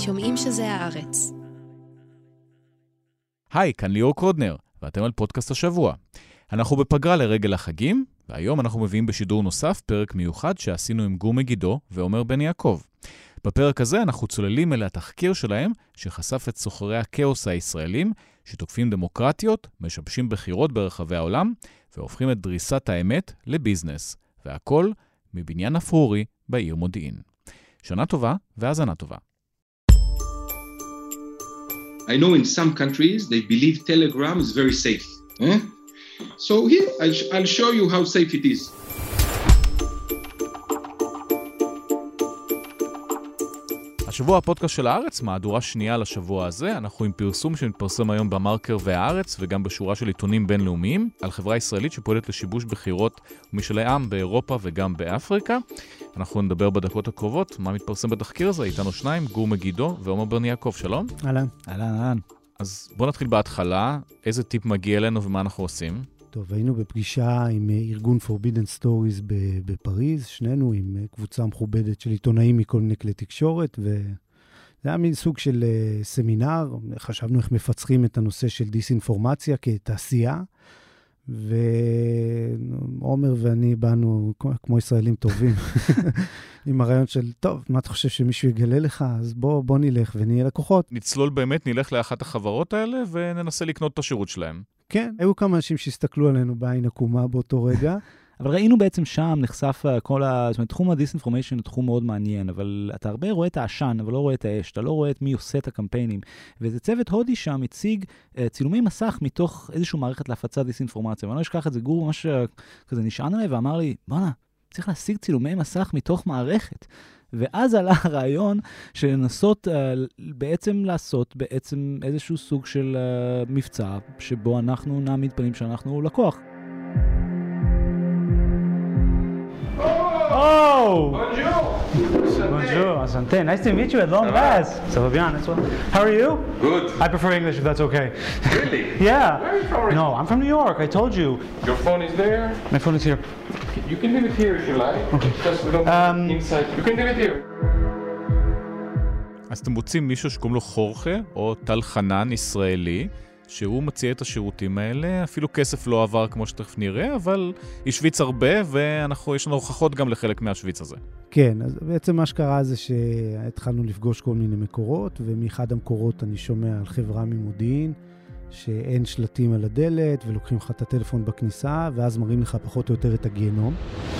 שומעים שזה הארץ. היי, כאן ליאור קרודנר, ואתם על פודקאסט השבוע. אנחנו בפגרה לרגל החגים, והיום אנחנו מביאים בשידור נוסף פרק מיוחד שעשינו עם גור מגידו ועומר בן יעקב. בפרק הזה אנחנו צוללים אל התחקיר שלהם, שחשף את סוחרי הכאוס הישראלים, שתוקפים דמוקרטיות, משבשים בחירות ברחבי העולם, והופכים את דריסת האמת לביזנס. והכל מבניין אפרורי בעיר מודיעין. שנה טובה והאזנה טובה. I know in some countries they believe Telegram is very safe. So here I'll show you how safe it is. השבוע הפודקאסט של הארץ, מהדורה שנייה לשבוע הזה. אנחנו עם פרסום שמתפרסם היום במרקר והארץ וגם בשורה של עיתונים בינלאומיים על חברה ישראלית שפועלת לשיבוש בחירות ומשאלי עם באירופה וגם באפריקה. אנחנו נדבר בדקות הקרובות מה מתפרסם בתחקיר הזה. איתנו שניים, גור מגידו ועומר בן יעקב. שלום. אהלן. אהלן. אז בוא נתחיל בהתחלה. איזה טיפ מגיע אלינו ומה אנחנו עושים? טוב, היינו בפגישה עם ארגון Forbidden Stories בפריז, שנינו עם קבוצה מכובדת של עיתונאים מכל מיני כלי תקשורת, וזה היה מין סוג של סמינר, חשבנו איך מפצחים את הנושא של דיסאינפורמציה כתעשייה, ועומר ואני באנו כמו ישראלים טובים, עם הרעיון של, טוב, מה אתה חושב שמישהו יגלה לך? אז בוא נלך ונהיה לקוחות. נצלול באמת, נלך לאחת החברות האלה וננסה לקנות את השירות שלהם. כן, היו כמה אנשים שהסתכלו עלינו בעין עקומה באותו רגע. אבל ראינו בעצם שם נחשף זאת אומרת, תחום הדיסאינפורמיישן הוא תחום מאוד מעניין, אבל אתה הרבה רואה את העשן, אבל לא רואה את האש, אתה לא רואה את מי עושה את הקמפיינים. ואיזה צוות הודי שם הציג צילומי מסך מתוך איזושהי מערכת להפצת דיסאינפורמציה. ואני לא אשכח את זה, גור ממש כזה נשען עליי ואמר לי, בוא'נה, צריך להשיג צילומי מסך מתוך מערכת. ואז עלה הרעיון של לנסות בעצם לעשות בעצם איזשהו סוג של מבצע שבו אנחנו נעמיד פנים שאנחנו לקוח. Oh! Bonjour! Bonjour, Santé. Nice to meet you at long last. Ça va bien, that's well. How are you? Good. I prefer English if that's okay. Really? Yeah. Where are you from? No, I'm from New York. I told you. Your phone is there? My phone is here. You can leave it here if you like. Okay. Just we don't inside. You can leave it here. אז אתם מוצאים מישהו שקוראים לו חורכה, או טל חנן ישראלי, שהוא מציע את השירותים האלה, אפילו כסף לא עבר כמו שתכף נראה, אבל השוויץ הרבה, ויש לנו הוכחות גם לחלק מהשוויץ הזה. כן, אז בעצם מה שקרה זה שהתחלנו לפגוש כל מיני מקורות, ומאחד המקורות אני שומע על חברה ממודיעין, שאין שלטים על הדלת, ולוקחים לך את הטלפון בכניסה, ואז מראים לך פחות או יותר את הגיהנום.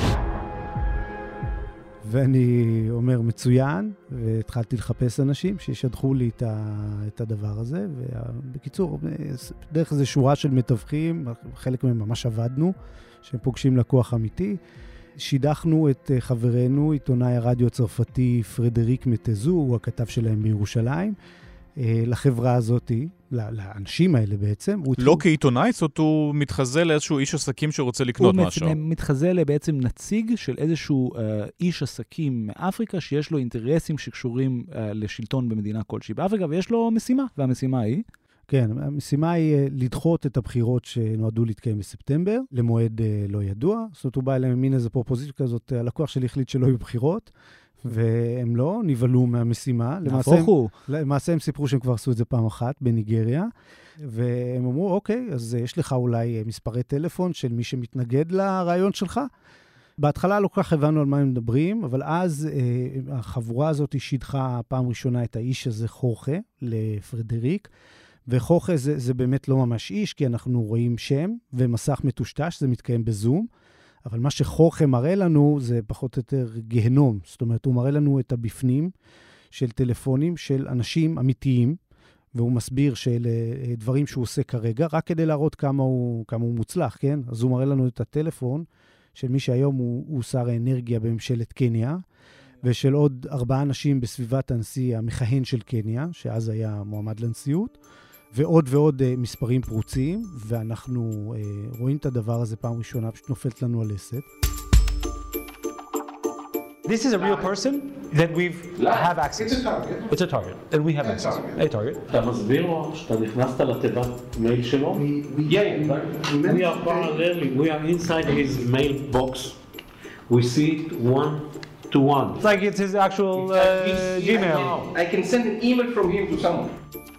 ואני אומר מצוין, והתחלתי לחפש אנשים שישדחו לי את הדבר הזה, ובקיצור, דרך איזו שורה של מתווכים, חלק מהם ממש עבדנו, שהם פוגשים לקוח אמיתי, שידחנו את חברנו, עיתונאי הרדיו הצרפתי פרדריק מטזו, הוא הכתב שלהם בירושלים, לחברה הזאת, לאנשים האלה בעצם. לא כעיתונאי, זאת הוא מתחזה לאיזשהו איש עסקים שרוצה לקנות משהו. הוא מתחזה לבעצם נציג של איזשהו איש עסקים מאפריקה, שיש לו אינטרסים שקשורים לשלטון במדינה כלשהי באפריקה, ויש לו משימה, והמשימה היא? כן, המשימה היא לדחות את הבחירות שנועדו להתקיים בספטמבר, למועד לא ידוע. זאת אומרת, הוא בא אליהם מין איזו פרופוזיציה כזאת, הלקוח שלי החליט שלא יהיו בחירות, והם לא נבלו מהמשימה. למעשה הם סיפרו שהם כבר עשו את זה פעם אחת בניגריה, והם אמרו, אוקיי, אז יש לך אולי מספרי טלפון של מי שמתנגד לרעיון שלך. בהתחלה לא כך הבנו על מה הם מדברים, אבל אז החבורה הזאת שידחה פעם ראשונה את האיש הזה חורכה לפרדריק, וחורכה זה באמת לא ממש איש, כי אנחנו רואים שם ומסך מטושטש, זה מתקיים בזום, אבל מה שחורכה מראה לנו זה פחות או יותר גהנום. זאת אומרת, הוא מראה לנו את הבפנים של טלפונים של אנשים אמיתיים, והוא מסביר של דברים שהוא עושה כרגע, רק כדי להראות כמה הוא מוצלח, כן? אז הוא מראה לנו את הטלפון של מי שהיום הוא שר האנרגיה בממשלת קניה, ושל עוד 4 אנשים בסביבת הנשיא המכהן של קניה, שאז היה מועמד לנשיאות, ועוד ועוד מספרים פרוצים, ואנחנו רואים את הדבר הזה פעם ראשונה, פשוט נופלת לנו על לסת. This is a real person that we have access. It's a target. And we have access. A target. אתה מסביר לו שאתה נכנסת לתיבת מייל שלו? We are parallelly. We are inside his mailbox. We see it one to one. It's like it's his actual Gmail. I can send an email from him to someone.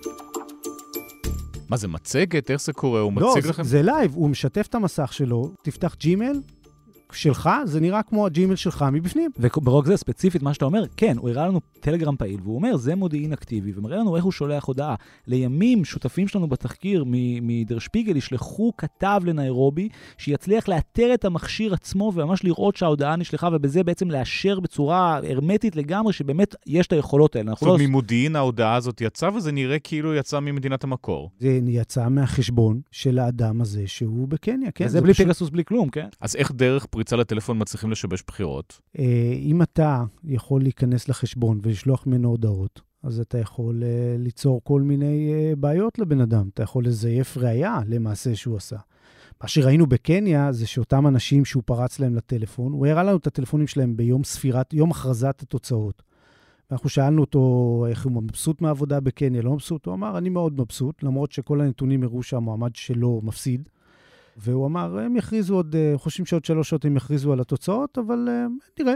מה זה, מצגת? איך זה קורה? הוא לא, מציג לכם? זה לייב, הוא משתף את המסך שלו, תפתח ג'ימייל שלך, זה נראה כמו הג'ימייל שלך מבפנים. וברוק זה ספציפית מה שאתה אומר, כן, הוא הראה לנו טלגרם פעיל, והוא אומר, זה מודיעין אקטיבי, ומראה לנו איך הוא שולח הודעה. לימים, שותפים שלנו בתחקיר מדר שפיגל, ישלחו כתב לניירובי, שיצליח לאתר את המכשיר עצמו, וממש לראות שההודעה נשלחה, ובזה בעצם לאשר בצורה הרמטית לגמרי, שבאמת יש את היכולות האלה. זאת אומרת, ממודיעין ההודעה הזאת יצא, וזה נראה כאילו יצא ממדינת המקור. זה יצא מהחשבון של האדם הזה, שהוא בקניה, כן? וזה בלי פגסוס, בלי כלום, כן? אז איך דרך פריצה לטלפון מצליחים לשבש בחירות? אם אתה יכול להיכנס לחשבון ולשלוח ממנו הודעות, אז אתה יכול ליצור כל מיני בעיות לבן אדם. אתה יכול לזייף ראייה למעשה שהוא עשה. מה שראינו בקניה זה שאותם אנשים שהוא פרץ להם לטלפון, הוא הראה לנו את הטלפונים שלהם ביום ספירת, יום הכרזת התוצאות. ואנחנו שאלנו אותו איך הוא מבסוט מהעבודה בקניה, לא מבסוט? הוא אמר, אני מאוד מבסוט, למרות שכל הנתונים הראו שהמועמד שלו מפסיד. והוא אמר, הם יכריזו עוד, חושבים שעוד 3 שעות הם יכריזו על התוצאות, אבל נראה.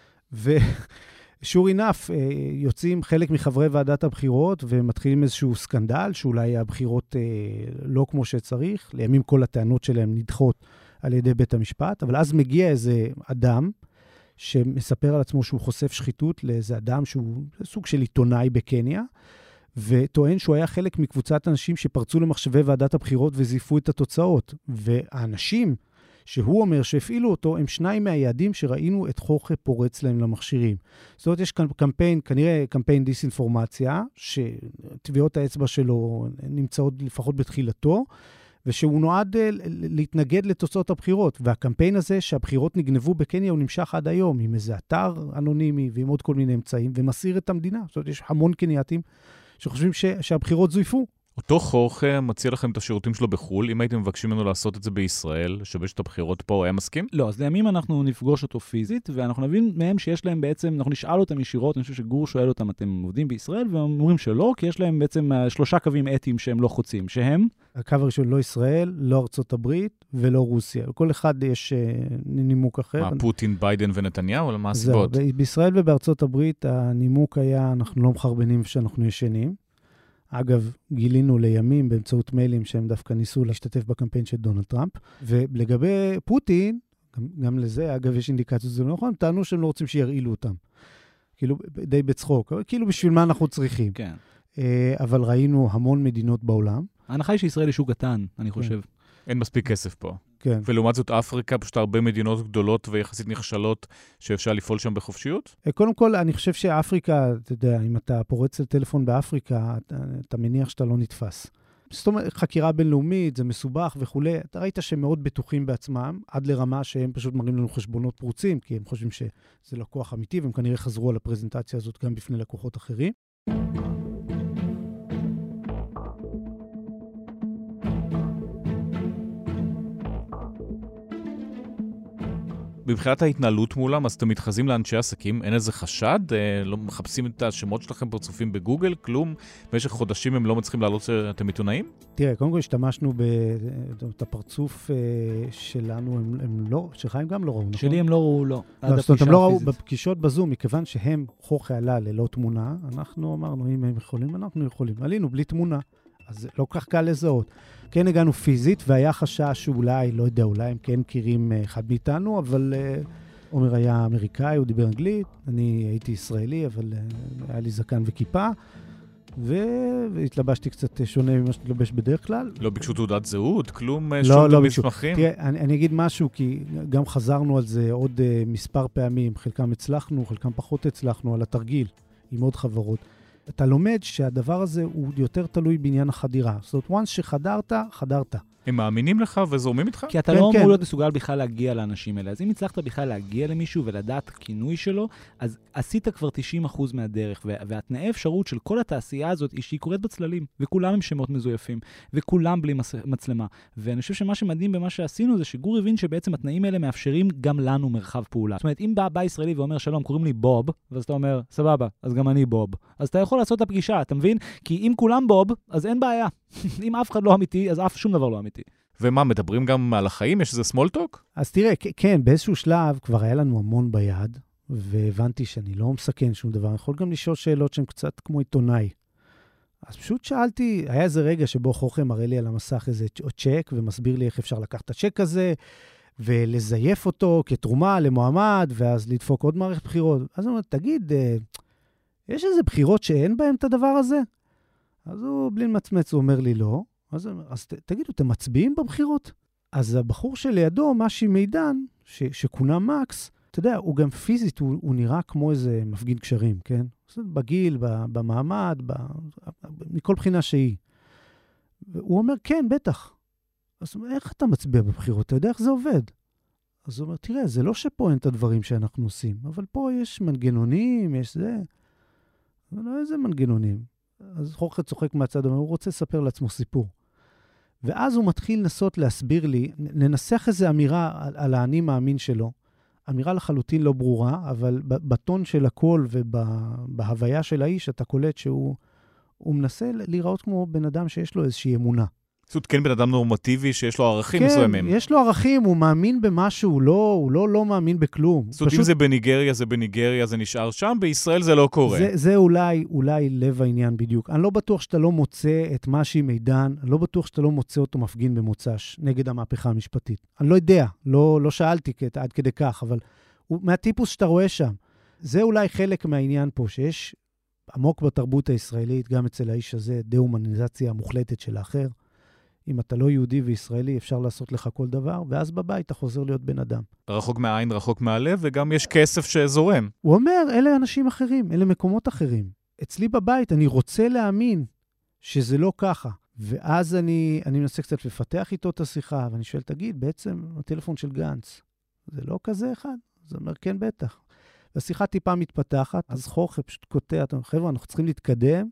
ושור אינף, יוצאים חלק מחברי ועדת הבחירות, ומתחילים איזשהו סקנדל, שאולי הבחירות לא כמו שצריך, לימים כל הטענות שלהם נדחות על ידי בית המשפט, אבל אז מגיע איזה אדם, שמספר על עצמו שהוא חושף שחיתות לאיזה אדם שהוא סוג של עיתונאי בקניה, וטוען שהוא היה חלק מקבוצת אנשים שפרצו למחשבי ועדת הבחירות וזיפו את התוצאות. והאנשים שהוא אומר שהפעילו אותו, הם 2 מהיעדים שראינו את חוכה פורץ להם למכשירים. זאת אומרת, יש קמפיין, כנראה קמפיין דיסאינפורמציה, שטביעות האצבע שלו נמצאות לפחות בתחילתו, ושהוא נועד להתנגד לתוצאות הבחירות. והקמפיין הזה שהבחירות נגנבו בקניה, הוא נמשך עד היום, עם איזה אתר אנונימי ועם עוד כל מיני אמצעים, ומסיר את המדינה. זאת אומרת, יש המון קנייתים שחושבים שהבחירות זויפו. אותו חוכה מציע לכם את השירותים שלו בחול, אם הייתם מבקשים ממנו לעשות את זה בישראל, לשבש את הבחירות פה, הוא היה מסכים? לא, אז לימים אנחנו נפגוש אותו פיזית, ואנחנו נבין מהם שיש להם בעצם, אנחנו נשאל אותם ישירות, אני חושב שגור שואל אותם, אתם עובדים בישראל, והם אומרים שלא, כי יש להם בעצם 3 קווים אתיים שהם לא חוצים, שהם? הקו הראשון לא ישראל, לא ארצות הברית ולא רוסיה. לכל אחד יש נימוק אחר. מה, פוטין, ביידן ונתניהו, או מה הסיבות? בישראל ובארצות הברית הנימוק היה, אנחנו לא מחרבנים שאנחנו ישנים. אגב, גילינו לימים באמצעות מיילים שהם דווקא ניסו להשתתף בקמפיין של דונלד טראמפ. ולגבי פוטין, גם לזה, אגב, יש אינדיקציות, זה לא נכון, טענו שהם לא רוצים שירעילו אותם. כאילו, די בצחוק, כאילו בשביל מה אנחנו צריכים. כן. אבל ראינו המון מדינות בעולם. ההנחה היא שישראל היא שוק קטן, אני חושב. אין מספיק כסף פה. כן. ולעומת זאת אפריקה, פשוט הרבה מדינות גדולות ויחסית נכשלות שאפשר לפעול שם בחופשיות? קודם כל, אני חושב שאפריקה, אתה יודע, אם אתה פורץ לטלפון באפריקה, אתה מניח שאתה לא נתפס. זאת אומרת, חקירה בינלאומית, זה מסובך וכו'. אתה ראית שהם מאוד בטוחים בעצמם, עד לרמה שהם פשוט מראים לנו חשבונות פרוצים, כי הם חושבים שזה לקוח אמיתי, והם כנראה חזרו על הפרזנטציה הזאת גם בפני לקוחות אחרים. מבחינת ההתנהלות מולם, אז אתם מתחזים לאנשי עסקים, אין איזה חשד, לא מחפשים את השמות שלכם פרצופים בגוגל, כלום, במשך חודשים הם לא מצליחים לעלות שאתם עיתונאים? תראה, קודם כל השתמשנו את הפרצוף שלנו, הם לא, שלך הם גם לא ראו, נכון? שלי הם לא ראו, לא. זאת אומרת, הם לא ראו בפגישות בזום, מכיוון שהם חוכה עלה ללא תמונה, אנחנו אמרנו, אם הם יכולים, אנחנו יכולים. עלינו בלי תמונה, אז זה לא כל כך קל לזהות. כן הגענו פיזית, והיה חשש שאולי, לא יודע, אולי הם כן מכירים אחד מאיתנו, אבל עומר היה אמריקאי, הוא דיבר אנגלית, אני הייתי ישראלי, אבל היה לי זקן וכיפה, והתלבשתי קצת שונה ממה שתלבש בדרך כלל. לא ביקשו תעודת זהות? כלום? לא ביקשו. תראה, אני אגיד משהו, כי גם חזרנו על זה עוד מספר פעמים, חלקם הצלחנו, חלקם פחות הצלחנו, על התרגיל עם עוד חברות. אתה לומד שהדבר הזה הוא יותר תלוי בעניין החדירה. זאת אומרת, once שחדרת, חדרת. הם מאמינים לך וזורמים איתך? כי אתה לא אמור להיות מסוגל בכלל להגיע לאנשים האלה. אז אם הצלחת בכלל להגיע למישהו ולדעת הכינוי שלו, אז עשית כבר 90% מהדרך. והתנאי אפשרות של כל התעשייה הזאת היא שהיא קורית בצללים, וכולם הם שמות מזויפים, וכולם בלי מצלמה. ואני חושב שמה שמדהים במה שעשינו זה שגור הבין שבעצם התנאים האלה מאפשרים גם לנו מרחב פעולה. זאת אומרת, אם בא ישראלי ואומר, שלום, קוראים לי בוב, ואז אתה אומר, סבבה, אז גם אני בוב. אז אתה יכול לעשות את הפגישה, אתה מבין? כי אם כולם בוב, אז אין בעיה. אם אף אחד לא אמיתי, אז שום דבר לא אמיתי. ומה, מדברים גם על החיים? יש איזה small talk? אז תראה, כן, באיזשהו שלב כבר היה לנו המון ביד, והבנתי שאני לא מסכן שום דבר, אני יכול גם לשאול שאלות שהן קצת כמו עיתונאי. אז פשוט שאלתי, היה איזה רגע שבו חוכם מראה לי על המסך איזה צ'ק, ומסביר לי איך אפשר לקחת את הצ'ק הזה, ולזייף אותו כתרומה למועמד, ואז לדפוק עוד מערכת בחירות. אז הוא אומר, תגיד, יש איזה בחירות שאין בהן את הדבר הזה? אז הוא בלי מצמץ, הוא אומר לי לא. אז תגידו, אתם מצביעים בבחירות? אז הבחור שלידו, משי מידן, שכונה מקס, אתה יודע, הוא גם פיזית, הוא נראה כמו איזה מפגין קשרים, כן? בגיל, במעמד, מכל בחינה שהיא. הוא אומר, כן, בטח. אז הוא אומר, איך אתה מצביע בבחירות? אתה יודע איך זה עובד? אז הוא אומר, תראה, זה לא שפה אין את הדברים שאנחנו עושים, אבל פה יש מנגנונים, יש זה. אבל לא איזה מנגנונים. אז חוכם צוחק מהצד, הוא רוצה לספר לעצמו סיפור. ואז הוא מתחיל לנסות להסביר לי, לנסח איזו אמירה על האני מאמין שלו, אמירה לחלוטין לא ברורה, אבל בטון של הקול ובהוויה של האיש, אתה קולט שהוא מנסה להיראות כמו בן אדם שיש לו איזושהי אמונה. זאת אומרת, כן בן אדם נורמטיבי שיש לו ערכים מסוימים. כן, יש לו ערכים, הוא מאמין במשהו, הוא לא מאמין בכלום. זאת אומרת, אם זה בניגריה, זה בניגריה, זה נשאר שם, בישראל זה לא קורה. זה אולי לב העניין בדיוק. אני לא בטוח שאתה לא מוצא את משי מידן, אני לא בטוח שאתה לא מוצא אותו מפגין במוצ"ש נגד המהפכה המשפטית. אני לא יודע, לא שאלתי עד כדי כך, אבל מהטיפוס שאתה רואה שם. זה אולי חלק מהעניין פה, שיש עמוק בתרבות הישראלית, גם אצל האיש הזה, דה-הומניזציה המוחלטת של האחר. אם אתה לא יהודי וישראלי, אפשר לעשות לך כל דבר, ואז בבית אתה חוזר להיות בן אדם. רחוק מהעין, רחוק מהלב, וגם יש כסף שזורם. הוא אומר, אלה אנשים אחרים, אלה מקומות אחרים. אצלי בבית אני רוצה להאמין שזה לא ככה. ואז אני מנסה קצת לפתח איתו את השיחה, ואני שואל, תגיד, בעצם הטלפון של גנץ, זה לא כזה אחד? זה אומר, כן, בטח. והשיחה טיפה מתפתחת, אז חוכם פשוט קוטע, חבר'ה, אנחנו צריכים להתקדם,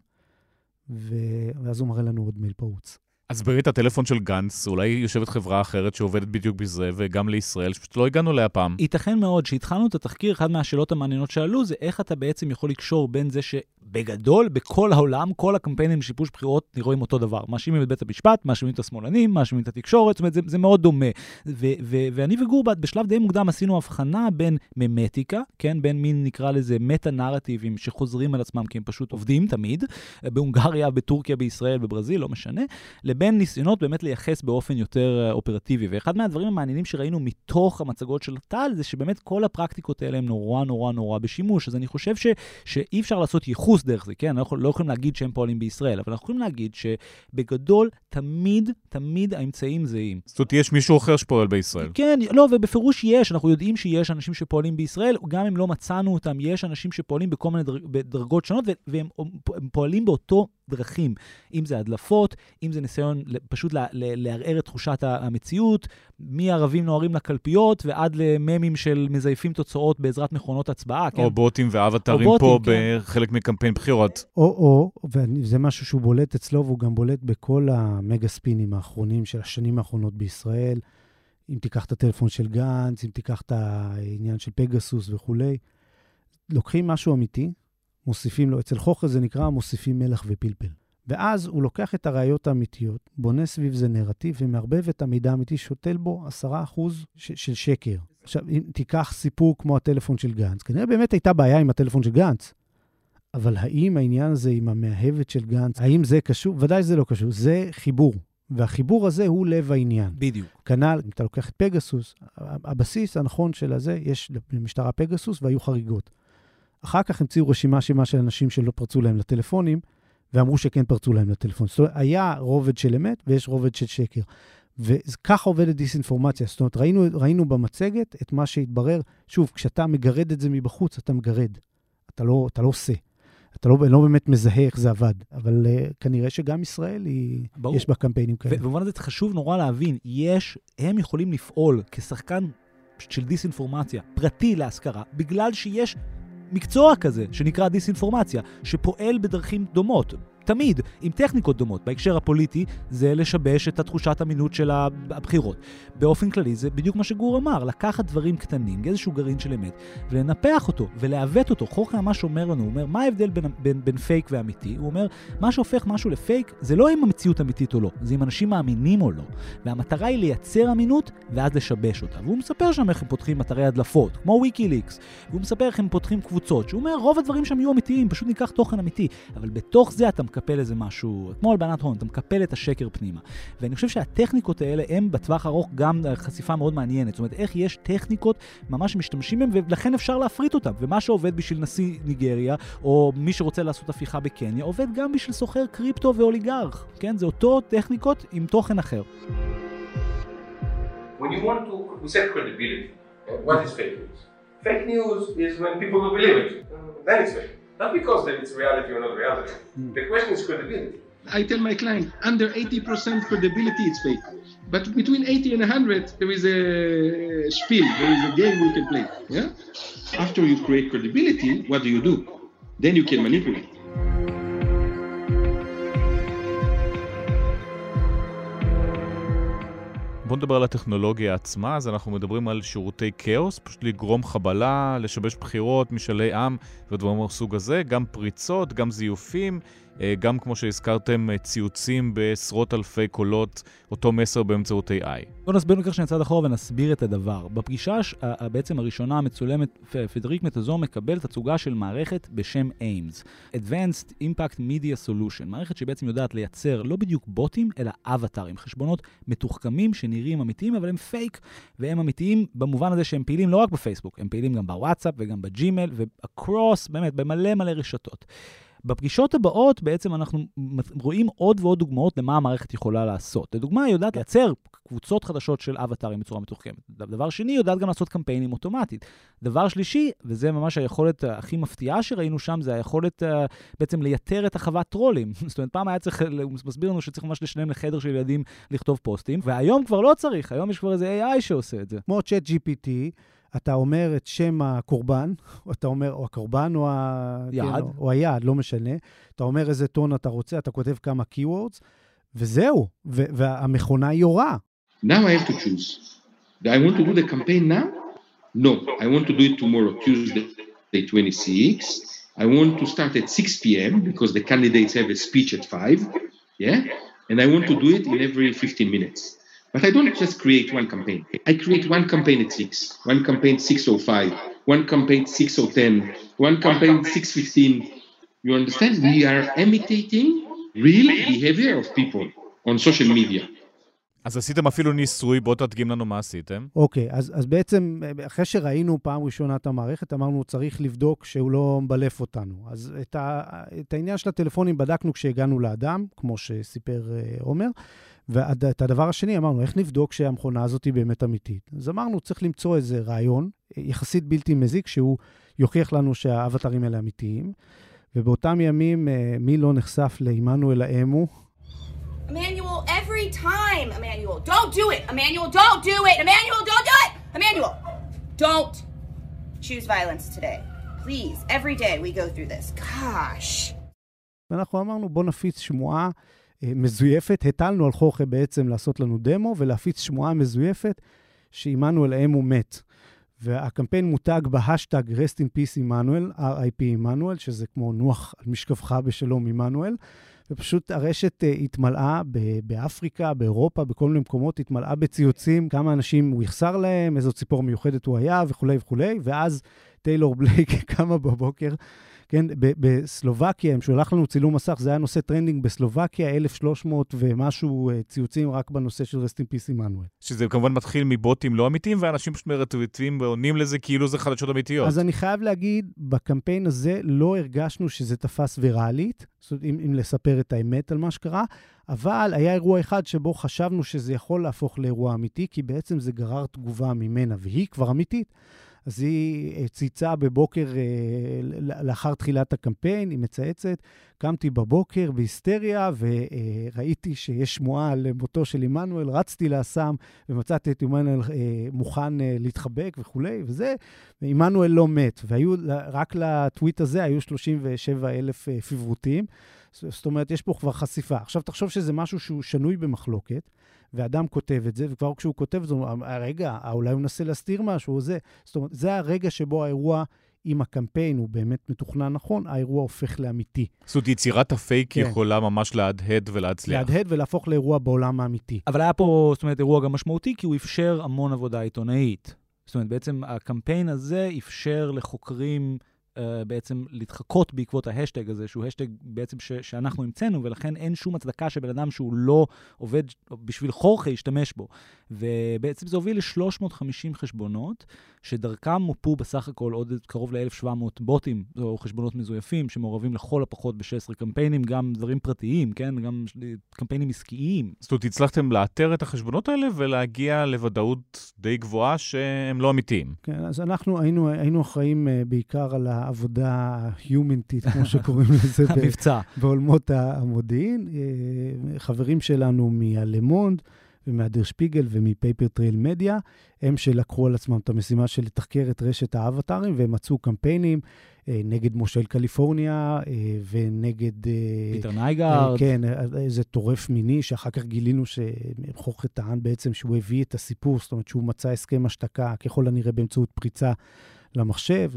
ואז הוא מראה לנו עוד מייל פרוץ. אז ברית הטלפון של גנץ, אולי יושבת חברה אחרת שעובדת בדיוק בזה, וגם לישראל, שפשוט לא הגענו לה פעם. ייתכן מאוד שהתחלנו את התחקיר, אחד מהשאלות המעניינות שעלו, זה איך אתה בעצם יכול לקשור בין זה שבגדול, בכל העולם, כל הקמפיינים לשיפוש בחירות נראים אותו דבר. מאשימים את בית המשפט, מאשימים את השמאלנים, מאשימים את התקשורת, זאת אומרת, זה מאוד דומה. ואני וגור בשלב די מוקדם עשינו הבחנה בין ממטיקה, כן, בין מין נקרא לזה מטה-נרטיבים שחוזרים על עצמם, כי הם פשוט עובדים תמיד, בהונגריה, בטורקיה, בישראל, בברזיל, לא משנה, לבין ניסיונות באמת לייחס באופן יותר אופרטיבי. ואחד מהדברים המעניינים שראינו מתוך המצגות של טל, זה שבאמת כל הפרקטיקות האלה הם נורא בשימוש. אז אני חושב שאי אפשר לעשות ייחוס דרך זה, כן? אנחנו לא יכולים להגיד שהם פועלים בישראל, אבל אנחנו יכולים להגיד שבגדול תמיד האמצעים זהים. זאת אומרת, יש מישהו אחר שפועל בישראל. כן, לא, ובפירוש יש, אנחנו יודעים שיש אנשים שפועלים בישראל, גם אם לא מצאנו אותם, יש אנשים שפועלים בכל מיני דרגות שונות, והם פועלים באותו דרכים, אם זה הדלפות, אם זה ניסיון פשוט לערער את תחושת המציאות, מערבים נוערים לקלפיות, ועד לממים של מזייפים תוצאות בעזרת מכונות הצבעה. או בוטים ואבטרים פה בחלק מקמפיין בחירות. וזה משהו שהוא בולט אצלו, והוא גם בולט בכל המגה ספינים האחרונים של השנים האחרונות בישראל, אם תיקח את הטלפון של גנץ, אם תיקח את העניין של פגסוס וכו'. לוקחים משהו אמיתי, מוסיפים לו, אצל חוכם זה נקרא מוסיפים מלח ופלפל. ואז הוא לוקח את הראיות האמיתיות, בונה סביב זה נרטיב, ומערבב את המידע האמיתי, שותל בו 10% של שקר. עכשיו, אם תיקח סיפור כמו הטלפון של גנץ, כנראה באמת הייתה בעיה עם הטלפון של גנץ, אבל האם העניין הזה עם המאהבת של גנץ, האם זה קשור? ודאי זה לא קשור, זה חיבור. והחיבור הזה הוא לב העניין. בדיוק. כנ"ל, אם אתה לוקח את פגסוס, הבסיס הנכון של הזה, יש למשטרה פגסוס והיו חריגות. אחר כך המציאו רשימה של אנשים שלא פרצו להם לטלפונים, ואמרו שכן פרצו להם לטלפון. זאת אומרת, היה רובד של אמת, ויש רובד של שקר. וכך עובדת דיסאינפורמציה. זאת אומרת, ראינו במצגת את מה שהתברר. שוב, כשאתה מגרד את זה מבחוץ, אתה מגרד. אתה לא עושה. אתה לא באמת מזהה איך זה עבד. אבל כנראה שגם ישראל יש בה קמפיינים כאלה. ובמובן הזה חשוב נורא להבין, הם יכולים לפעול כשחקן של דיסאינפורמציה, פרטי להשכרה, בגלל שיש מקצוע כזה, שנקרא דיסאינפורמציה, שפועל בדרכים דומות. תמיד, עם טכניקות דומות. בהקשר הפוליטי, זה לשבש את התחושת אמינות של הבחירות. באופן כללי, זה בדיוק מה שגור אמר, לקחת דברים קטנים, איזשהו גרעין של אמת, ולנפח אותו, ולעוות אותו. חוקר ממש אומר לנו, הוא אומר, מה ההבדל בין פייק ואמיתי? הוא אומר, מה שהופך משהו לפייק, זה לא אם המציאות אמיתית או לא, זה אם אנשים מאמינים או לא. והמטרה היא לייצר אמינות, ואז לשבש אותה. והוא מספר שם איך הם פותחים אתרי הדלפות, כמו ויקיליקס. והוא מספר איך הם פותחים קבוצות, שהוא אומר, רוב הדברים שם יהיו אמיתיים, פשוט ניקח תוכן אמיתי. אבל בתוך זה אתה מקפל איזה משהו, כמו הלבנת הון, אתה מקפל את השקר פנימה. ואני חושב שהטכניקות האלה הם בטווח ארוך גם חשיפה מאוד מעניינת. זאת אומרת, איך יש טכניקות ממש משתמשים בהם, ולכן אפשר להפריט אותם. ומה שעובד בשביל נשיא ניגריה, או מי שרוצה לעשות הפיכה בקניה, עובד גם בשביל סוחר קריפטו ואוליגרך. כן? זה אותו טכניקות עם תוכן אחר. When you want to set credibility, what is fake news? Fake news is when people don't believe it. Then it's fake. Not because then it's reality or not reality. The question is credibility. I tell my client, under 80% credibility, it's fake. But between 80 and 100, there is a spiel, there is a game we can play. Yeah? After you create credibility, what do? Then you can manipulate. בוא נדבר על הטכנולוגיה עצמה, אז אנחנו מדברים על שירותי כאוס, פשוט לגרום חבלה, לשבש בחירות, משאלי עם ודברים מהסוג הזה, גם פריצות, גם זיופים, גם כמו שהזכרתם ציוצים בעשרות אלפי קולות, אותו מסר באמצעות AI. בוא נסביר מכך שנצד אחורה ונסביר את הדבר. בפגישה בעצם הראשונה המצולמת, פדריק מטזו מקבל תצוגה של מערכת בשם AIMS, Advanced Impact Media Solution, מערכת שבעצם יודעת לייצר לא בדיוק בוטים, אלא אבטרים, חשבונות מתוחכמים שנראים אמיתיים, אבל הם פייק, והם אמיתיים במובן הזה שהם פעילים לא רק בפייסבוק, הם פעילים גם בוואטסאפ וגם בג'ימייל, ואקרוס, באמת, במלא רשתות. בפגישות הבאות בעצם אנחנו רואים עוד ועוד דוגמאות למה המערכת יכולה לעשות. לדוגמה, היא יודעת לייצר קבוצות חדשות של אבטרים בצורה מתוחכמת. דבר שני, היא יודעת גם לעשות קמפיינים אוטומטית. דבר שלישי, וזה ממש היכולת הכי מפתיעה שראינו שם, זה היכולת בעצם לייתר את החוות טרולים. זאת אומרת, פעם היה צריך, הוא מסביר לנו שצריך ממש לשלם לחדר של ילדים לכתוב פוסטים, והיום כבר לא צריך, היום יש כבר איזה AI שעושה את זה. כמו ChatGPT, אתה אומר את שם הקורבן, אתה אומר, או הקורבן או יעד. כן, או היעד, לא משנה. אתה אומר איזה טון אתה רוצה, אתה כותב כמה keywords, וזהו. והמכונה יורה. Now I have to choose. Do I want to do the campaign now? No, I want to do it tomorrow, Tuesday 26. I want to start at 6 p.m. because the candidates have a speech at 5. Yeah? And I want to do it in every 15 minutes. But I don't just create one campaign. I create one campaign at 6, one campaign 6:05, one campaign 6:10, one campaign 6:15. You understand? We are imitating real behavior of people on social media. אז עשיתם אפילו ניסוי, בוא תדגים לנו מה עשיתם. אוקיי, אז בעצם אחרי שראינו פעם ראשונה את המערכת, אמרנו צריך לבדוק שהוא לא מבלף אותנו. אז את העניין של הטלפונים בדקנו כשהגענו לאדם, כמו שסיפר עומר, ואת הדבר השני אמרנו, איך נבדוק שהמכונה הזאת היא באמת אמיתית? אז אמרנו, צריך למצוא איזה רעיון, יחסית בלתי מזיק, שהוא יוכיח לנו שהאבטרים האלה אמיתיים, ובאותם ימים, מי לא נחשף לעמנואל האמו? Emmanuel, every time, Emmanuel, don't do it! Emmanuel, don't do it! Emmanuel, don't do it! Emmanuel, don't choose violence today. Please, every day we go through this. Gosh. ואנחנו אמרנו, בוא נפיץ שמועה מזויפת, הטלנו על חוכה בעצם לעשות לנו דמו, ולהפיץ שמועה מזויפת שעמנואל האמו מת. והקמפיין מותג בהשטג Rest in Peace עמנואל, RIP עמנואל, שזה כמו נוח על משכבך בשלום עמנואל, ופשוט הרשת התמלאה באפריקה, באירופה, בכל מיני מקומות, התמלאה בציוצים, כמה אנשים הוא יחסר להם, איזו ציפור מיוחדת הוא היה וכו' וכו', ואז טיילור בלייק קמה בבוקר, כן, בסלובקיה, הם שולח לנו צילום מסך, זה היה נושא טרנדינג בסלובקיה, 1,300 ומשהו ציוצים רק בנושא של Rest in Peace עמנואל. שזה כמובן מתחיל מבוטים לא אמיתיים, ואנשים פשוט מרטוויטים ועונים לזה כאילו זה חדשות אמיתיות. אז אני חייב להגיד, בקמפיין הזה לא הרגשנו שזה תפס ויראלית, זאת אומרת, אם לספר את האמת על מה שקרה, אבל היה אירוע אחד שבו חשבנו שזה יכול להפוך לאירוע אמיתי, כי בעצם זה גרר תגובה ממנה, והיא כבר אמיתית. אז היא צייצה בבוקר לאחר תחילת הקמפיין, היא מצייצת, קמתי בבוקר בהיסטריה, וראיתי שיש שמועה על מותו של עמנואל, רצתי לאסם, ומצאתי את עמנואל מוכן להתחבק וכולי, וזה, ועמנואל לא מת, רק לטוויט הזה היו 37,000 פיברותים, זאת אומרת, יש פה כבר חשיפה. עכשיו תחשוב שזה משהו שהוא שנוי במחלוקת, ואדם כותב את זה, וכבר כשהוא כותב את זה, הוא אומר, רגע, אולי הוא מנסה להסתיר משהו, זה. זאת אומרת, זה הרגע שבו האירוע, אם הקמפיין הוא באמת מתוכנן נכון, האירוע הופך לאמיתי. זאת אומרת, יצירת הפייק יכולה ממש להדהד ולהצליח. להדהד ולהפוך לאירוע בעולם האמיתי. אבל היה פה, זאת אומרת, אירוע גם משמעותי, כי הוא אפשר המון עבודה עיתונאית. זאת אומרת, בעצם הקמפיין הזה אפשר לחוקרים בעצם להתחקות בעקבות ההשטג הזה, שהוא השטג בעצם שאנחנו המצאנו, ולכן אין שום הצדקה שבן אדם שהוא לא עובד בשביל חורכה ישתמש בו. ובעצם זה הוביל ל-350 חשבונות, שדרכם מופו בסך הכל עוד קרוב ל-1,700 בוטים, או חשבונות מזויפים, שמעורבים לכל הפחות ב-16 קמפיינים, גם דברים פרטיים, כן? גם קמפיינים עסקיים. זאת אומרת, הצלחתם לאתר את החשבונות האלה, ולהגיע לוודאות די גבוהה שהם לא אמיתיים. כן, אז אנחנו היינו אחראים בעיקר על העבודה ההומנטית, כמו שקוראים לזה, המבצע. בעולמות המודיעין. חברים שלנו מהלמונד, ומהדר שפיגל ומפייפר טרייל מדיה, הם שלקחו על עצמם את המשימה של לתחקר את רשת האבטרים, והם מצאו קמפיינים נגד מושל קליפורניה, ונגד פיטר נייגארד. כן, איזה טורף מיני, שאחר כך גילינו שחוכר טען בעצם שהוא הביא את הסיפור, זאת אומרת שהוא מצא הסכם השתקה, ככל הנראה באמצעות פריצה למחשב,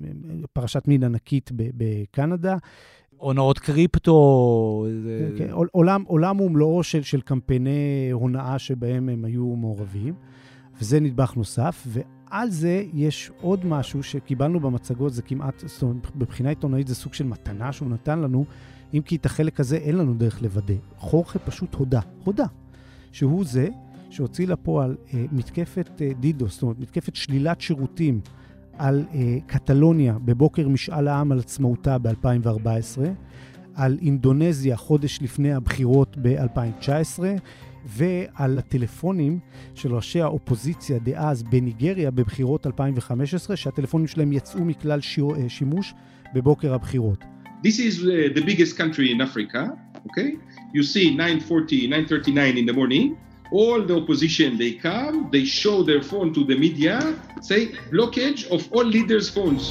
פרשת מין ענקית בקנדה. הונאות קריפטו. כן, עולם ומלואו של קמפייני הונאה שבהם הם היו מעורבים, וזה נדבך נוסף, ועל זה יש עוד משהו שקיבלנו במצגות, זה כמעט, זאת אומרת, בבחינה עיתונאית זה סוג של מתנה שהוא נתן לנו, אם כי את החלק הזה אין לנו דרך לוודא. חורכה פשוט הודה, שהוא זה שהוציא לפועל מתקפת דידוס, זאת אומרת, מתקפת שלילת שירותים, על קטלוניה בבוקר משאל העם על עצמאותה ב-2014, על אינדונזיה חודש לפני הבחירות ב-2019, ועל הטלפונים של ראשי האופוזיציה דאז בניגריה בבחירות 2015, שהטלפונים שלהם יצאו מכלל שימוש בבוקר הבחירות. This is the biggest country in Africa, okay? You see 9:39 in the morning. All the opposition, they come, they show their phone to the media, say blockage of all leaders' phones.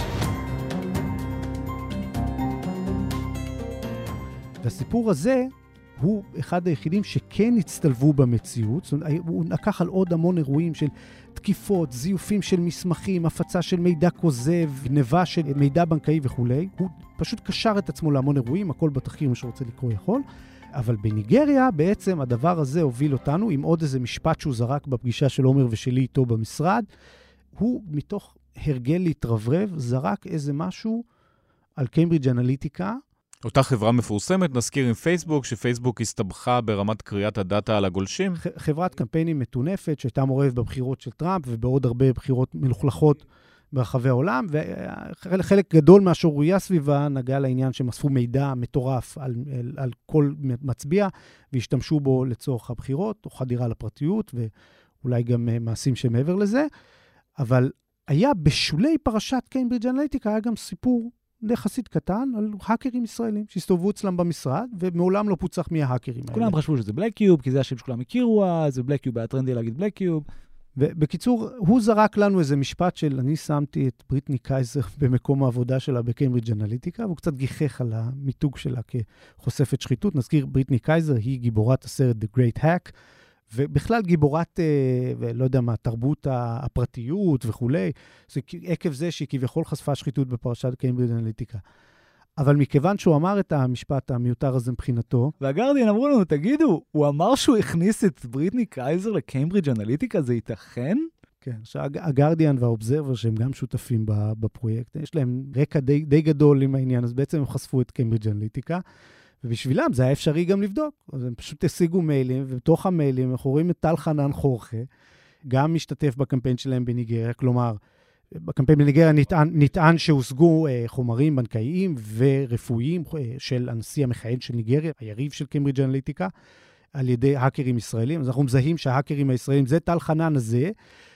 והסיפור הזה הוא אחד היחידים שכן הצטלבו במציאות, זאת אומרת, הוא לקח על עוד המון אירועים של תקיפות, זיופים של מסמכים, הפצה של מידע כוזב, גניבה של מידע בנקאי וכו'. הוא פשוט קשר את עצמו להמון אירועים, הכל בתחקיר, מי שרוצה לקרוא יכול. אבל בניגריה בעצם הדבר הזה הוביל אותנו עם עוד איזה משפט שהוא זרק בפגישה של עומר ושלי איתו במשרד. הוא מתוך הרגל להתרברב, זרק איזה משהו על קיימברידג' אנליטיקה. אותה חברה מפורסמת, נזכיר עם פייסבוק, שפייסבוק הסתבכה ברמת קריאת הדאטה על הגולשים. חברת קמפיינים מטונפת שהייתה מעורבת בבחירות של טראמפ ובעוד הרבה בחירות מלוכלכות ברחבי העולם, וחלק גדול מהשוריה סביבה נגע לעניין שהם אספו מידע מטורף על כל מצביע, והשתמשו בו לצורך הבחירות, או חדירה לפרטיות, ואולי גם מעשים שמעבר לזה. אבל היה בשולי פרשת קיימברידג' אנליטיקה, היה גם סיפור יחסית קטן על האקרים ישראלים שהסתובבו אצלם במשרד, ומעולם לא פוצח מי ההאקרים האלה. כולם חשבו שזה בלק קיוב, כי זה השם שכולם הכירו, אז בלק קיוב היה טרנדי להגיד בלק קיוב. ובקיצור, הוא זרק לנו איזה משפט של אני שמתי את בריטני קייזר במקום העבודה שלה בקיימברידג' אנליטיקה, והוא קצת גיחך על המיתוג שלה כחושפת שחיתות. נזכיר, בריטני קייזר היא גיבורת הסרט The Great Hack, ובכלל גיבורת, לא יודע מה, תרבות הפרטיות וכו'. זה עקב זה שהיא כביכול חשפה שחיתות בפרשת קיימברידג' אנליטיקה. אבל מכיוון שהוא אמר את המשפט המיותר הזה מבחינתו... והגרדיאן אמרו לנו, תגידו, הוא אמר שהוא הכניס את בריטני קייזר לקיימברידג' אנליטיקה, זה ייתכן? כן, הגרדיאן והאובזרבר שהם גם שותפים בפרויקט, יש להם רקע די גדול עם העניין, אז בעצם הם חשפו את קיימברידג' אנליטיקה, ובשבילם זה היה אפשרי גם לבדוק. אז הם פשוט השיגו מיילים, ובתוך המיילים אנחנו רואים את טל חנן חורכה, גם משתתף בקמפיין שלהם בניגריה, כלומר, בקמפיין בניגריה נטען שהושגו חומרים בנקאיים ורפואיים של הנשיא המכהן של ניגריה, היריב של קיימברידג' אנליטיקה, על ידי האקרים ישראלים. אז אנחנו מזהים שההאקרים הישראלים זה טל חנן הזה,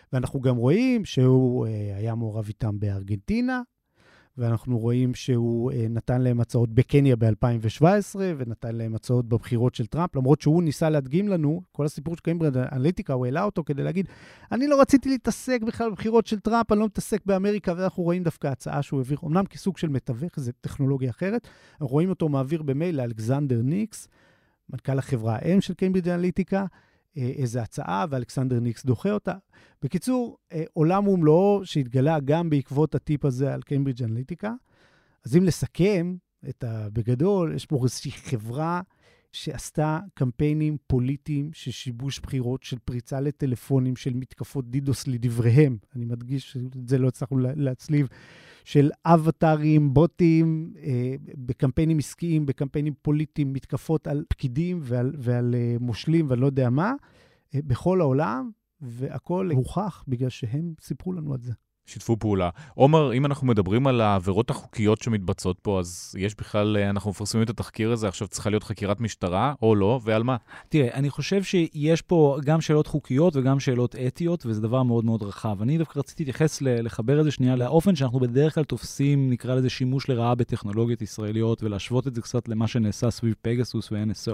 ואנחנו גם רואים שהוא היה מעורב איתם בארגנטינה, ואנחנו רואים שהוא נתן להם הצעות בקניה ב-2017, ונתן להם הצעות בבחירות של טראמפ, למרות שהוא ניסה להדגים לנו, כל הסיפור של קיימברידג' אנליטיקה, הוא העלה אותו כדי להגיד, אני לא רציתי להתעסק בכלל בבחירות של טראמפ, אני לא מתעסק באמריקה, ואנחנו רואים דווקא הצעה שהוא העביר, אמנם כסוג של מתווך, זו טכנולוגיה אחרת, אנחנו רואים אותו מעביר במייל לאלכסנדר ניקס, מנכ"ל החברה האם של קיימברידג' אנליטיקה, איזו הצעה, ואלכסנדר ניקס דוחה אותה. בקיצור, עולם ומלואו שהתגלה גם בעקבות הטיפ הזה על קיימברידג' אנליטיקה. אז אם לסכם בגדול, יש פה איזושהי חברה שעשתה קמפיינים פוליטיים של שיבוש בחירות, של פריצה לטלפונים, של מתקפות דידוס לדבריהם. אני מדגיש שאת זה לא הצלחנו להצליב, של אבטרים, בוטים, בקמפיינים עסקיים, בקמפיינים פוליטיים, מתקפות על פקידים ועל מושלים ואני לא יודע מה, בכל העולם, והכל הוכח בגלל שהם סיפרו לנו את זה. שיתפו פעולה. עומר, אם אנחנו מדברים על העבירות החוקיות שמתבצעות פה, אז יש בכלל, אנחנו מפרסמים את התחקיר הזה, עכשיו צריכה להיות חקירת משטרה, או לא, ועל מה? תראה, אני חושב שיש פה גם שאלות חוקיות וגם שאלות אתיות, וזה דבר מאוד מאוד רחב. אני דווקא רציתי להתייחס לחבר את זה שנייה לאופן שאנחנו בדרך כלל תופסים, נקרא לזה שימוש לרעה בטכנולוגיות ישראליות, ולהשוות את זה קצת למה שנעשה סביב פגסוס ו-NSO.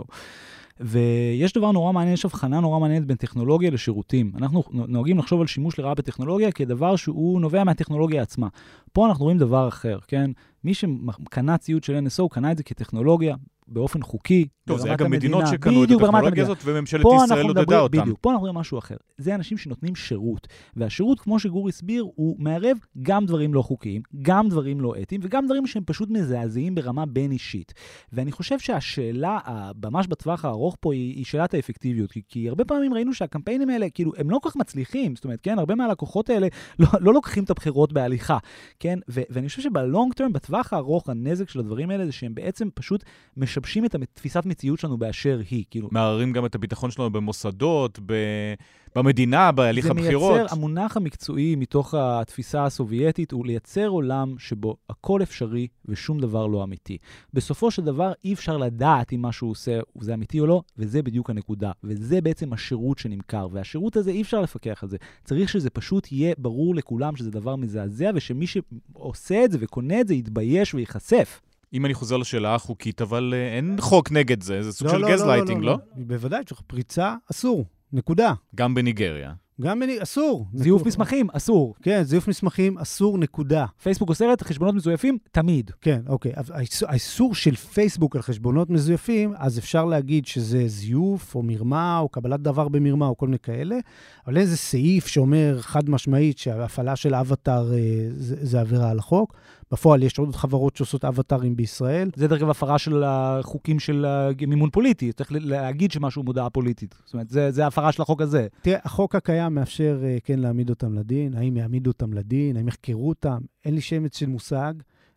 ויש דבר נורא מעניין, יש הבחנה נורא מעניינת בין טכנולוגיה לשירותים. אנחנו נוהגים לחשוב על שימוש לרעה בטכנולוגיה כדבר שהוא נובע מהטכנולוגיה עצמה. פה אנחנו רואים דבר אחר, כן? מי שקנה ציוד של NSO, קנה את זה כטכנולוגיה באופן חוקי. טוב, זה היה גם מדינות שקנו את הטכנולוגיה הזאת, וממשלת ישראל עודדה אותם. בדיוק, פה אנחנו רואים משהו אחר. זה אנשים שנותנים שירות, והשירות, כמו שגור הסביר, הוא מערב גם דברים לא חוקיים, גם דברים לא אתיים, וגם דברים שהם פשוט מזעזעים ברמה בין אישית. ואני חושב שהשאלה, ממש בטווח הארוך פה, היא שאלת האפקטיביות, כי הרבה פעמים ראינו שהקמפיינים האלה, כאילו, הם לא כל כך מצליחים, זאת אומרת, כן, הרבה מהלקוחות האלה לא לוקחים את הבחירות בהליכה, כן? ואני חושב שבלונג טרם, בטווח הארוך, הנזק של הדברים האלה זה שהם בעצם פשוט משבשים את תפיסת מציאות שלנו באשר היא, כאילו. מערערים גם את הביטחון שלנו במוסדות, במדינה, בהליך הבחירות. זה מייצר, המונח המקצועי מתוך התפיסה הסובייטית, הוא לייצר עולם שבו הכל אפשרי ושום דבר לא אמיתי. בסופו של דבר אי אפשר לדעת אם מה שהוא עושה זה אמיתי או לא, וזה בדיוק הנקודה. וזה בעצם השירות שנמכר, והשירות הזה אי אפשר לפקח על זה. צריך שזה פשוט יהיה ברור לכולם שזה דבר מזעזע, ושמי שעושה את זה וקונה את זה יתבייש ויחשף. אם אני חוזר לשאלה החוקית, אבל אין חוק נגד זה, זה סוג של גזלייטינג, לא? בוודאי, פריצה אסור, נקודה. גם בניגריה. אסור. זיוף מסמכים, אסור. כן, זיוף מסמכים, אסור, נקודה. פייסבוק אוסרת חשבונות מזויפים, תמיד. כן, אוקיי. האיסור של פייסבוק על חשבונות מזויפים, אז אפשר להגיד שזה זיוף, או מרמה, או קבלת דבר במרמה, או כל מיני כאלה, אבל איזה סעיף שאומר חד משמעית שההפעלה של אבטר זה עבירה על החוק. בפועל יש עוד חברות שעושות אבטרים בישראל. זה דרך כלל הפרה של החוקים של מימון פוליטי. צריך להגיד שמשהו מודעה פוליטית. זאת אומרת, זה הפרה של החוק הזה. תראה, החוק הקיים מאפשר כן להעמיד אותם לדין. האם יעמידו אותם לדין? האם יחקרו אותם? אין לי שמץ של מושג.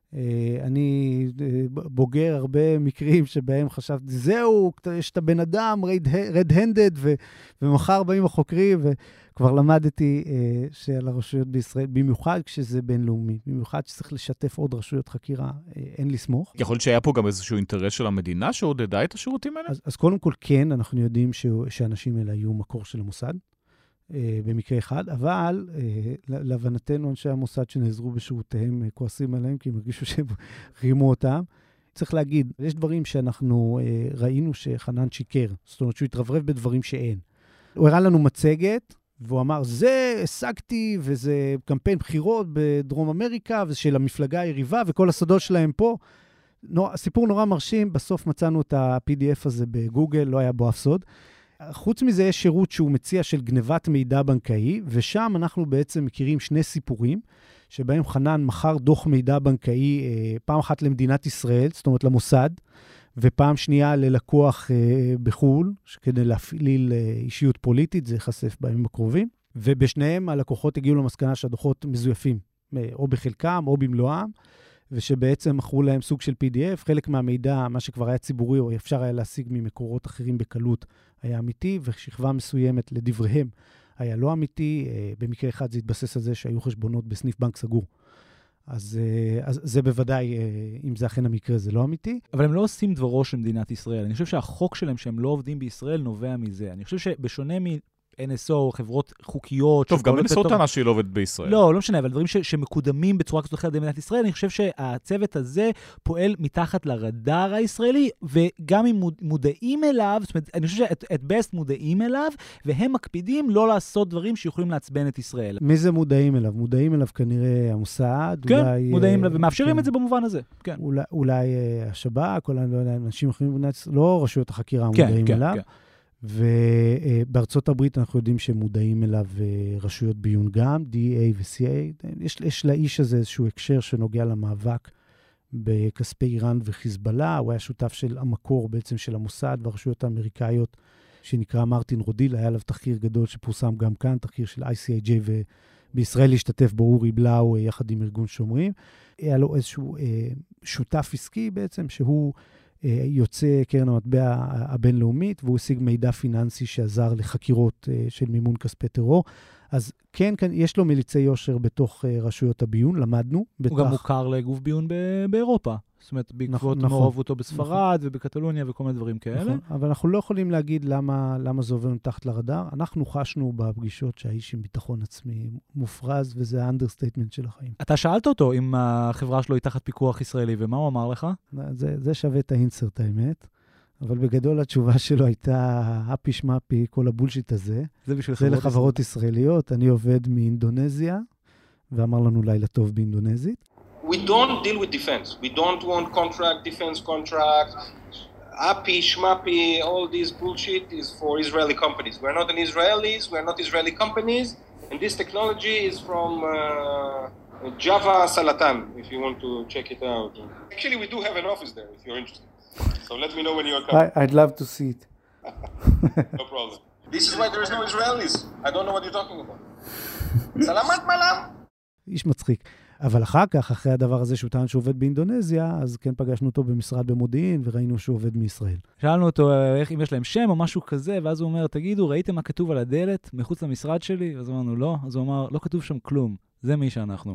אני בוגר הרבה מקרים שבהם חשבתי, זהו, יש את הבן אדם, רד-הנדד, ומחר באים החוקרים, וכבר למדתי שעל הרשויות בישראל, במיוחד כשזה בינלאומי, במיוחד שצריך לשתף עוד רשויות חקירה, אין לסמוך. יכול להיות שהיה פה גם איזשהו אינטרס של המדינה שעודדה את השירותים האלה? אז קודם כל כן, אנחנו יודעים שאנשים האלה היו מקור של המוסד, במקרה אחד, אבל להבנתנו אנשי המוסד שנעזרו בשירותיהם כועסים עליהם, כי הם הרגישו שהם רימו אותם. צריך להגיד, יש דברים שאנחנו ראינו שחנן שיקר, זאת אומרת שהוא התרברב בדברים שאין. הוא הראה לנו מצגת, והוא אמר, זה השגתי, וזה קמפיין בחירות בדרום אמריקה, וזה של המפלגה היריבה, וכל הסודות שלהם פה. סיפור נורא מרשים, בסוף מצאנו את ה-PDF הזה בגוגל, לא היה בו אף סוד. חוץ מזה יש שירות שהוא מציע של גנבת מידע בנקאי, ושם אנחנו בעצם מכירים שני סיפורים, שבהם חנן מכר דוח מידע בנקאי פעם אחת למדינת ישראל, זאת אומרת למוסד, ופעם שנייה ללקוח בחול, כדי להפעיל אישיות פוליטית, זה יחשף בימים הקרובים, ובשניהם הלקוחות הגיעו למסקנה שהדוחות מזויפים, או בחלקם או במלואם, ושבעצם מכרו להם סוג של PDF, חלק מהמידע, מה שכבר היה ציבורי, או אפשר היה להשיג ממקורות אחרים בקלות, היה אמיתי, ושכבה מסוימת לדבריהם היה לא אמיתי. במקרה אחד זה התבסס על זה שהיו חשבונות בסניף בנק סגור. אז זה בוודאי, אם זה אכן המקרה, זה לא אמיתי. אבל הם לא עושים דברו של מדינת ישראל. אני חושב שהחוק שלהם שהם לא עובדים בישראל נובע מזה. אני חושב שבשונה NSO, חברות חוקיות. טוב, גם NSO טענה שהיא לא עובדת בישראל. לא משנה, אבל דברים שמקודמים בצורה כזאת אחרת במדינת ישראל, אני חושב שהצוות הזה פועל מתחת לרדאר הישראלי, וגם אם מודעים אליו, זאת אומרת, אני חושב שאת בסט מודעים אליו, והם מקפידים לא לעשות דברים שיכולים לעצבן את ישראל. מי זה מודעים אליו? מודעים אליו כנראה המוסד, כן, אולי... מודעים אליו, ומאפשרים את זה במובן הזה, כן. אולי השב"כ, אולי אנשים אחרים במדינת ישראל, לא רשויות החקירה מודעים אליו. ובארצות הברית אנחנו יודעים שמודעים אליו רשויות ביון גם, DEA ו-CA. יש לאיש הזה איזשהו הקשר שנוגע למאבק בכספי איראן וחיזבאללה. הוא היה שותף של המקור בעצם של המוסד והרשויות האמריקאיות, שנקרא מרטין רודיל. היה עליו תחקיר גדול שפורסם גם כאן, תחקיר של ICIJ, ובישראל השתתף בו אורי בלאו יחד עם ארגון שומרים. היה לו איזשהו שותף עסקי בעצם, שהוא יוצא קרן המטבע הבינלאומית, והוא השיג מידע פיננסי שעזר לחקירות של מימון כספי טרור. אז כן, יש לו מליצי יושר בתוך רשויות הביון, למדנו. הוא גם מוכר לגוף ביון באירופה. זאת אומרת, בעקבות מעורבותו בספרד ובקטלוניה וכל מיני דברים כאלה. נכון, אבל אנחנו לא יכולים להגיד למה זה עובר מתחת לרדאר. אנחנו חשנו בפגישות שהאיש עם ביטחון עצמי מופרז, וזה האנדרסטייטמנט של החיים. אתה שאלת אותו אם החברה שלו היא תחת פיקוח ישראלי, ומה הוא אמר לך? זה שווה את האינסרט, האמת. אבל בגדול התשובה שלו הייתה אפי שמאפי, כל הבולשיט הזה. זה לחברות ישראליות. אני עובד מאינדונזיה, ואמר לנו לילה טוב באינדונזית. We don't deal with defense. We don't want defense contract. API, SHMAPI, all this bullshit is for Israeli companies. We're not Israelis, we're not Israeli companies, and this technology is from Java Salatan, if you want to check it out. Actually, we do have an office there, if you're interested. So let me know when you're coming. I'd love to see it. No problem. This is why there is no Israelis. I don't know what you're talking about. Salamat malam. איש מצחיק. אבל אחר כך, אחרי הדבר הזה שהוא טען שהוא עובד באינדונזיה, אז כן פגשנו אותו במשרד במודיעין, וראינו שהוא עובד מישראל. שאלנו אותו אם יש להם שם או משהו כזה, ואז הוא אומר, תגידו, ראיתם מה כתוב על הדלת מחוץ למשרד שלי? אז אמרנו, לא. אז הוא אמר, לא כתוב שם כלום. זה מי שאנחנו.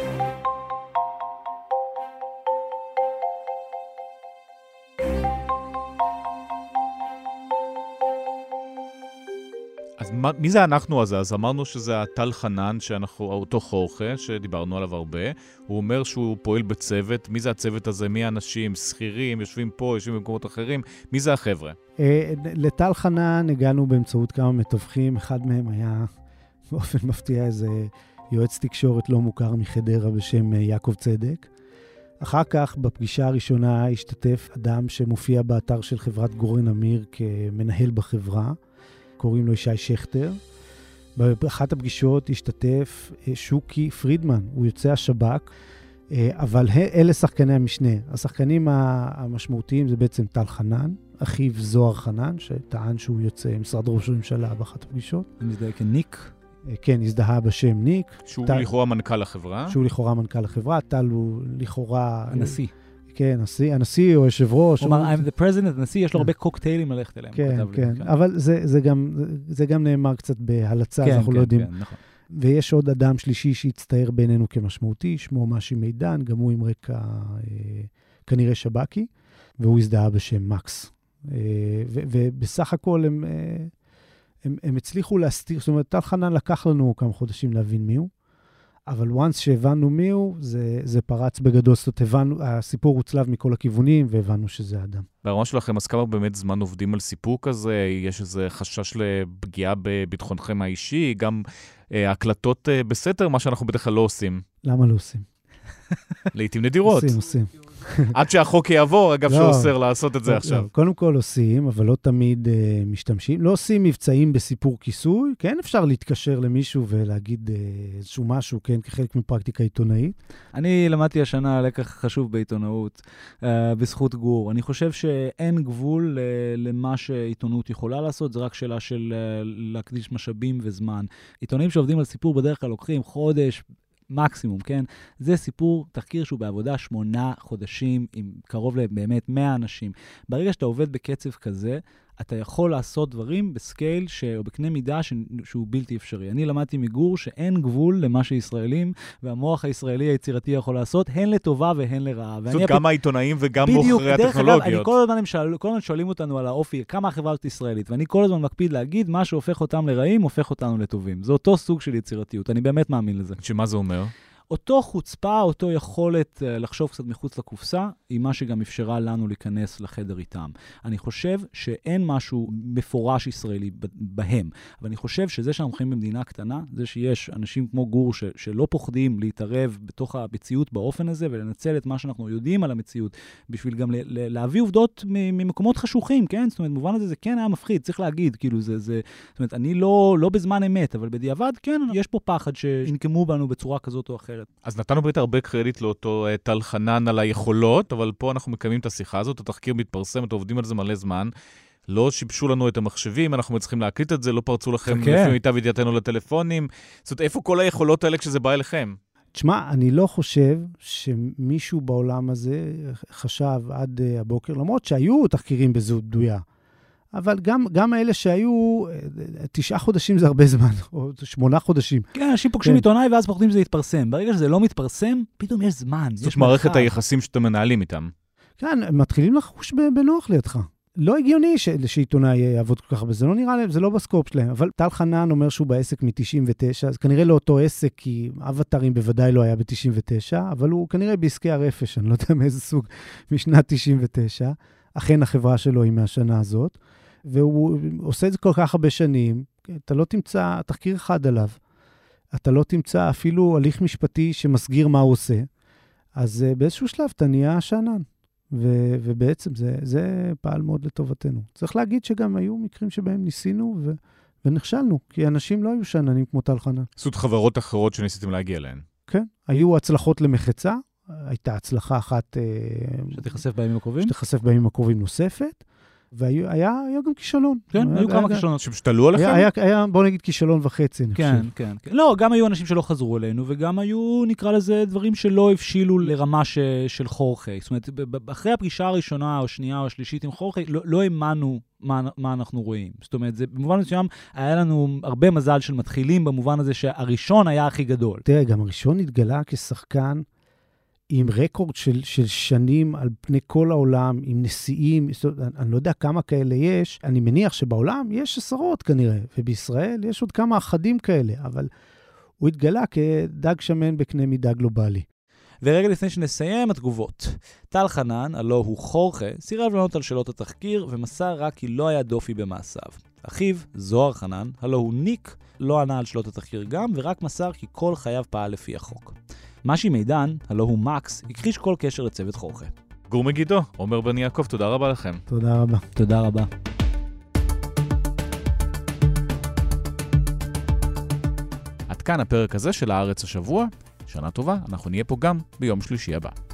אז מי זה אנחנו הזה? אז אמרנו שזה הטל חנן, אותו חורכה, שדיברנו עליו הרבה. הוא אומר שהוא פועל בצוות. מי זה הצוות הזה? מי האנשים? שכירים, יושבים פה, יושבים במקומות אחרים. מי זה החבר'ה? לטל חנן הגענו באמצעות כמה מתווכים. אחד מהם היה באופן מפתיע איזה יועץ תקשורת לא מוכר מחדרה בשם יעקב צדק. אחר כך, בפגישה הראשונה, השתתף אדם שמופיע באתר של חברת גורן אמיר כמנהל בחברה. קוראים לו ישי שכטר. באחת הפגישות השתתף שוקי פרידמן, הוא יוצא השב"כ, אבל אלה שחקני המשנה. השחקנים המשמעותיים זה בעצם טל חנן, אחיו זוהר חנן, שטען שהוא יוצא משרד ראש הממשלה באחת הפגישות. הוא מזדהה כניק? כן, הזדהה בשם ניק. שהוא לכאורה מנכ"ל החברה. שהוא לכאורה מנכ"ל החברה, טל הוא לכאורה... הנשיא. כן, הנשיא או יושב ראש. הוא אמר, I'm the president, הנשיא, יש לו הרבה קוקטיילים ללכת אליהם. כן, כן, אבל זה גם נאמר קצת בהלצה, אז אנחנו לא יודעים. ויש עוד אדם שלישי שהצטער בינינו כמשמעותי, שמו משי מידן, גם הוא עם רקע כנראה שב"כי, והוא הזדהה בשם מקס. ובסך הכל הם הצליחו להסתיר, זאת אומרת, טל חנן לקח לנו כמה חודשים להבין מי הוא, אבל once שהבנו מי הוא, זה פרץ בגדול, זאת אומרת, הסיפור הוצלב מכל הכיוונים, והבנו שזה האדם. ברמה שלכם, אז כמה באמת זמן עובדים על סיפור כזה? יש איזה חשש לפגיעה בביטחונכם האישי? גם הקלטות בסתר, מה שאנחנו בדרך כלל לא עושים. למה לא עושים? לעתים נדירות. עושים. עד שהחוק יעבור, אגב, שאוסר לעשות את זה עכשיו. קודם כל עושים, אבל לא תמיד משתמשים. לא עושים מבצעים בסיפור כיסוי. כן אפשר להתקשר למישהו ולהגיד איזשהו משהו, כן, כחלק מפרקטיקה עיתונאית. אני למדתי השנה לקח חשוב בעיתונאות, בזכות גור. אני חושב שאין גבול למה שעיתונות יכולה לעשות, זה רק שאלה של להקדיש משאבים וזמן. עיתונאים שעובדים על סיפור בדרך כלל לוקחים חודש, מקסימום, כן? זה סיפור, תחקיר שהוא בעבודה 8 חודשים, עם קרוב לבאמת 100 אנשים. ברגע שאתה עובד בקצב כזה, אתה יכול לעשות דברים בסקייל או בקנה מידה שהוא בלתי אפשרי. אני למדתי מגור שאין גבול למה שישראלים, והמוח הישראלי היצירתי יכול לעשות, הן לטובה והן לרעה. זאת גם העיתונאים וגם מוכרי הטכנולוגיות. כל הזמן שואלים אותנו על האופי, כמה החברה הזאת ישראלית, ואני כל הזמן מקפיד להגיד, מה שהופך אותם לרעים, הופך אותנו לטובים. זה אותו סוג של יצירתיות, אני באמת מאמין לזה. שמה זה אומר? אותו חוצפה, אותו יכולת לחשוב קצת מחוץ לקופסה, היא מה שגם אפשרה לנו להיכנס לחדר איתם. אני חושב שאין משהו מפורש ישראלי בהם, אבל אני חושב שזה שאנחנו חיים במדינה קטנה, זה שיש אנשים כמו גור שלא פוחדים להתערב בתוך המציאות באופן הזה, ולנצל את מה שאנחנו יודעים על המציאות, בשביל גם להביא עובדות ממקומות חשוכים, כן? זאת אומרת, במובן הזה זה כן היה מפחיד, צריך להגיד, כאילו זאת אומרת, אני לא בזמן אמת, אבל בדיעבד, כן, יש פה פחד שינקמו בנו בצורה כזאת או אחרת. אז נתנו ברית הרבה קרדיט לאותו טל חנן על היכולות, אבל פה אנחנו מקיימים את השיחה הזאת, התחקיר מתפרסם, אתם עובדים על זה מלא זמן, לא שיבשו לנו את המחשבים, אנחנו צריכים להקליט את זה, לא פרצו לכם לפי מיטב ידיעתנו לטלפונים. זאת אומרת, איפה כל היכולות האלה כשזה בא אליכם? תשמע, אני לא חושב שמישהו בעולם הזה חשב עד הבוקר, למרות שהיו תחקירים בזהות בדויה, אבל גם האלה שהיו, 9 חודשים זה הרבה זמן, או 8 חודשים. כן, אנשים פוגשים עיתונאי ואז פוחדים שזה יתפרסם. ברגע שזה לא מתפרסם, פתאום יש זמן. זאת מערכת היחסים שאתם מנהלים איתם. כן, הם מתחילים לחוש בנוח לידך. לא הגיוני שעיתונאי יעבוד כל כך הרבה, זה לא נראה להם, זה לא בסקופ שלהם. אבל טל חנן אומר שהוא בעסק מ-99, אז כנראה לאותו עסק, כי אבטרים בוודאי לא היה ב-99, אבל הוא כנראה בעסקי הרפש, אני לא יודע מאיזה סוג, משנת 99. אכן החברה שלו היא מהשנה הזאת. והוא עושה את זה כל כך הרבה שנים, אתה לא תמצא תחקיר אחד עליו, אתה לא תמצא אפילו הליך משפטי שמסגיר מה הוא עושה, אז באיזשהו שלב אתה נהיה שאנן, ובעצם זה פעל מאוד לטובתנו. צריך להגיד שגם היו מקרים שבהם ניסינו ונכשלנו, כי אנשים לא היו שאננים כמו טל חנן. זאת חברות אחרות שניסיתם להגיע אליהן. כן, היו הצלחות למחצה, הייתה הצלחה אחת שתחשף בימים הקרובים נוספת, והיה גם כישלון. כן, היו כמה כישלונות. שמשתלו עליכם? היה, בוא נגיד, כישלון וחצי, אני חושב. כן. לא, גם היו אנשים שלא חזרו אלינו, וגם היו, נקרא לזה, דברים שלא הבשילו לרמה של חורחי. זאת אומרת, אחרי הפגישה הראשונה, או שנייה, או שלישית עם חורחי, לא האמנו מה אנחנו רואים. זאת אומרת, במובן מסוים, היה לנו הרבה מזל של מתחילים, במובן הזה שהראשון היה הכי גדול. תראה, גם הראשון התגלה כשחקן, עם רקורד של שנים על פני כל העולם, עם נשיאים, אני לא יודע כמה כאלה יש, אני מניח שבעולם יש עשרות כנראה, ובישראל יש עוד כמה אחדים כאלה, אבל הוא התגלה כדג שמן בקנה מידה גלובלי. ורגע לפני שנסיים התגובות, טל חנן, הלא הוא חורכה, סירב לענות על שאלות התחקיר, ומסר רק כי לא היה דופי במעשיו. אחיו, זוהר חנן, הלא הוא ניק, לא ענה על שאלות התחקיר גם, ורק מסר כי כל חייו פעל לפי החוק. משי מידן, הלא הוא מקס, הכחיש כל קשר לצוות חורכה. גור מגידו, עומר בן יעקב, תודה רבה לכם. תודה רבה. תודה רבה. עד כאן הפרק הזה של הארץ השבוע. שנה טובה, אנחנו נהיה פה גם ביום שלישי הבא.